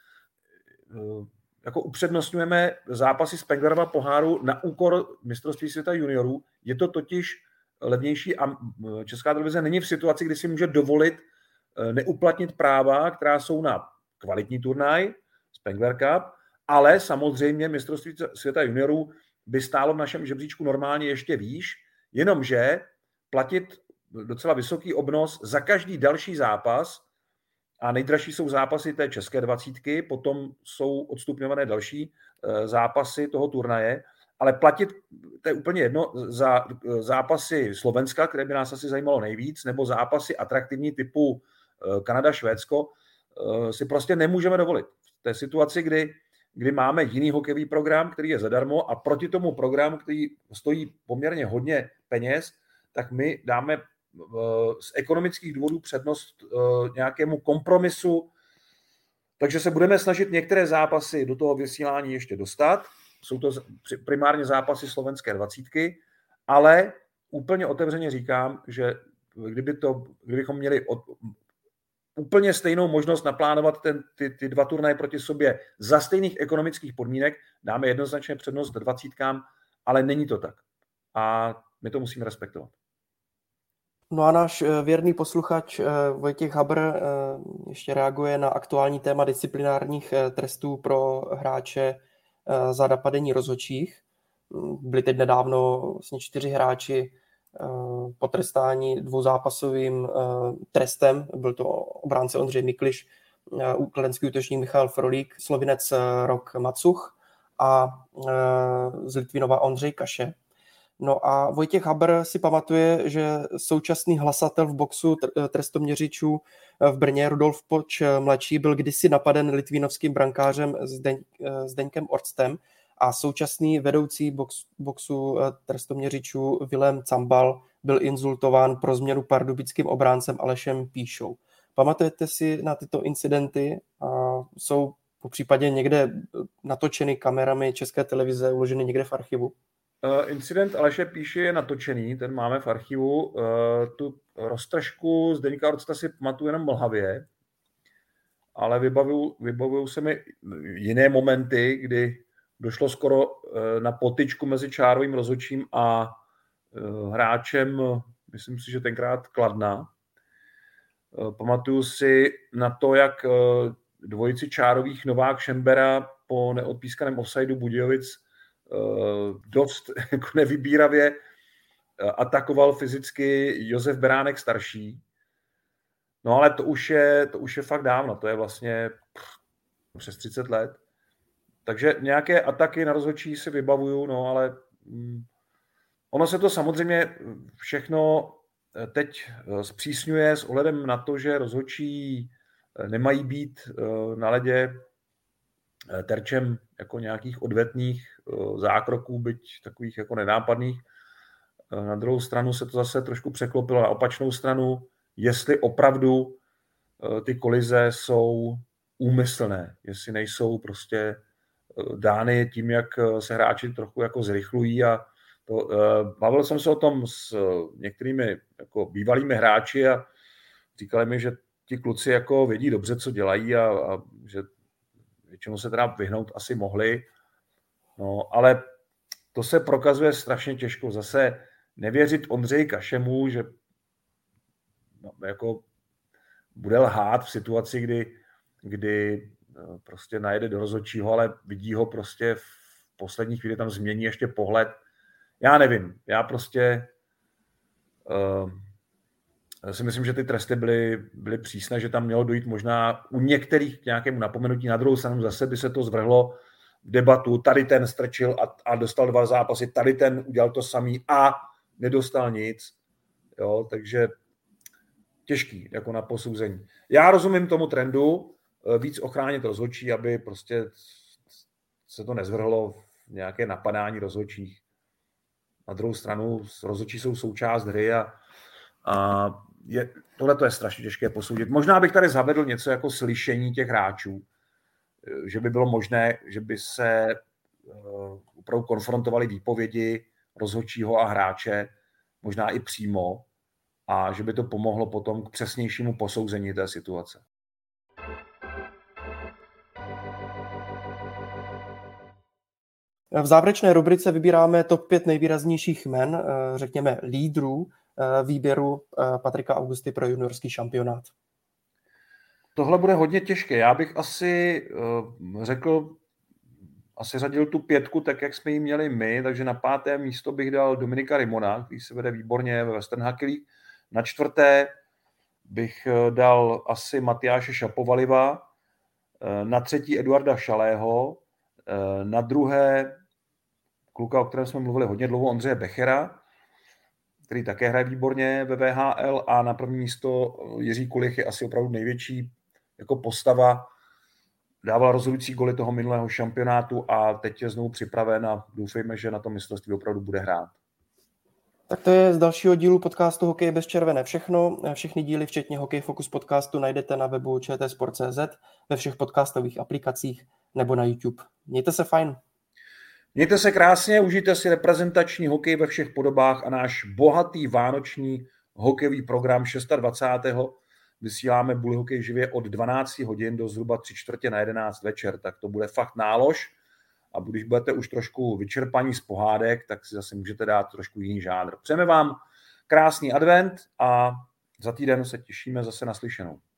jako upřednostňujeme zápasy Spenglerova poháru na úkor mistrovství světa juniorů. Je to totiž levnější a Česká televize není v situaci, kdy si může dovolit neuplatnit práva, která jsou na kvalitní turnaj, Spengler Cup, ale samozřejmě mistrovství světa juniorů by stálo v našem žebříčku normálně ještě výš, jenomže platit docela vysoký obnos za každý další zápas. A nejdražší jsou zápasy té české dvacítky, potom jsou odstupňované další zápasy toho turnaje, ale platit, to je úplně jedno, za zápasy Slovenska, které by nás asi zajímalo nejvíc, nebo zápasy atraktivní typu Kanada, Švédsko, si prostě nemůžeme dovolit. V té situaci, kdy, kdy máme jiný hokejový program, který je zadarmo a proti tomu programu, který stojí poměrně hodně peněz, tak my dáme z ekonomických důvodů přednost nějakému kompromisu. Takže se budeme snažit některé zápasy do toho vysílání ještě dostat. Jsou to primárně zápasy slovenské dvacítky, ale úplně otevřeně říkám, že kdyby to, kdybychom měli od, úplně stejnou možnost naplánovat ten, ty, ty dva turnaje proti sobě za stejných ekonomických podmínek, dáme jednoznačně přednost dvacítkám, ale není to tak. A my to musíme respektovat. No a náš věrný posluchač Vojtěch Habr ještě reaguje na aktuální téma disciplinárních trestů pro hráče za napadení rozhodčích. Byli teď nedávno vlastně čtyři hráči potrestáni dvouzápasovým trestem. Byl to obránce Ondřej Mikliš, kladenský útočník Michal Frolík, Slovinec Rok Macuch a z Litvínova Ondřej Kaše. No a Vojtěch Habr si pamatuje, že současný hlasatel v boxu trestoměřičů v Brně Rudolf Poč mladší byl kdysi napaden litvínovským brankářem Zdeň, Zdeňkem Orstem a současný vedoucí box, boxu trestoměřičů Vilém Cambal byl insultován pro změnu pardubickým obráncem Alešem Píšou. Pamatujete si na tyto incidenty? A jsou po případě někde natočeny kamerami České televize, uloženy někde v archivu? Incident Aleše Píši je natočený, ten máme v archivu. Tu roztržku Zdeňka Orcta si pamatuju jenom mlhavě, ale vybavují vybavují se mi jiné momenty, kdy došlo skoro na potyčku mezi čárovým rozhodčím a hráčem, myslím si, že tenkrát Kladna. Pamatuju si na to, jak dvojici čárových Novák Šembera po neodpískaném offsideu Budějovic dost jako nevybíravě atakoval fyzicky Josef Beránek starší. No ale to už je, to už je fakt dávno, to je vlastně pff, přes třicet let. Takže nějaké ataky na rozhodčí si vybavuju, no ale mm, Ono se to samozřejmě všechno teď zpřísňuje s ohledem na to, že rozhodčí nemají být na ledě terčem jako nějakých odvetných zákroků, byť takových jako nenápadných. Na druhou stranu se to zase trošku překlopilo na opačnou stranu, jestli opravdu ty kolize jsou úmyslné, jestli nejsou prostě dány tím, jak se hráči trochu jako zrychlují. A to, uh, bavil jsem se o tom s některými jako bývalými hráči a říkali mi, že ti kluci jako vědí dobře, co dělají a, a že většinou se teda vyhnout asi mohli. No, ale to se prokazuje strašně těžko. Zase nevěřit Ondřeji Kašemu, že no, jako bude lhát v situaci, kdy, kdy prostě najede do rozhodčího, ale vidí ho prostě v poslední chvíli tam změní ještě pohled. Já nevím. Já prostě uh, si myslím, že ty tresty byly, byly přísné, že tam mělo dojít možná u některých k nějakému napomenutí. Na druhou stranu zase by se to zvrhlo v debatu. Tady ten strčil a, a dostal dva zápasy, tady ten udělal to samý a nedostal nic. Jo, takže těžký jako na posouzení. Já rozumím tomu trendu, víc ochránit rozhodčí, aby prostě se to nezvrhlo v nějaké napadání rozhodčích. Na druhou stranu rozhodčí jsou součást hry a, a je, tohle to je strašně těžké posoudit. Možná bych tady zavedl něco jako slyšení těch hráčů, že by bylo možné, že by se uh, opravdu konfrontovali výpovědi rozhodčího a hráče, možná i přímo, a že by to pomohlo potom k přesnějšímu posouzení té situace. V závěrečné rubrice vybíráme top pět nejvýraznějších jmen, řekněme lídrů výběru Patrika Augusty pro juniorský šampionát. Tohle bude hodně těžké. Já bych asi řekl, asi řadil tu pětku tak, jak jsme ji měli my, takže na páté místo bych dal Dominika Rimona, který se vede výborně ve Western Hockey League. Na čtvrté bych dal asi Matyáše Šapovaliva, na třetí Eduarda Šalého, na druhé kluka, o kterém jsme mluvili hodně dlouho, Ondřeje Bechera, který také hraje výborně ve V H L, a na první místo Jiří Kulich je asi opravdu největší jako postava. Dával rozhodující goly toho minulého šampionátu a teď je znovu připraven a doufejme, že na tom mistrovství opravdu bude hrát. Tak to je z dalšího dílu podcastu Hokej bez červené všechno. Všechny díly, včetně Hokej Focus podcastu, najdete na webu č t sport tečka c z, ve všech podcastových aplikacích nebo na YouTube. Mějte se fajn. Mějte se krásně, užijte si reprezentační hokej ve všech podobách a náš bohatý vánoční hokejový program dvacátého šestého vysíláme Bully Hokej živě od dvanácti hodin do zhruba tři čtvrtě na jedenáct večer, tak to bude fakt nálož. A když budete už trošku vyčerpaní z pohádek, tak si zase můžete dát trošku jiný žánr. Přejeme vám krásný advent a za týden se těšíme zase na slyšenou.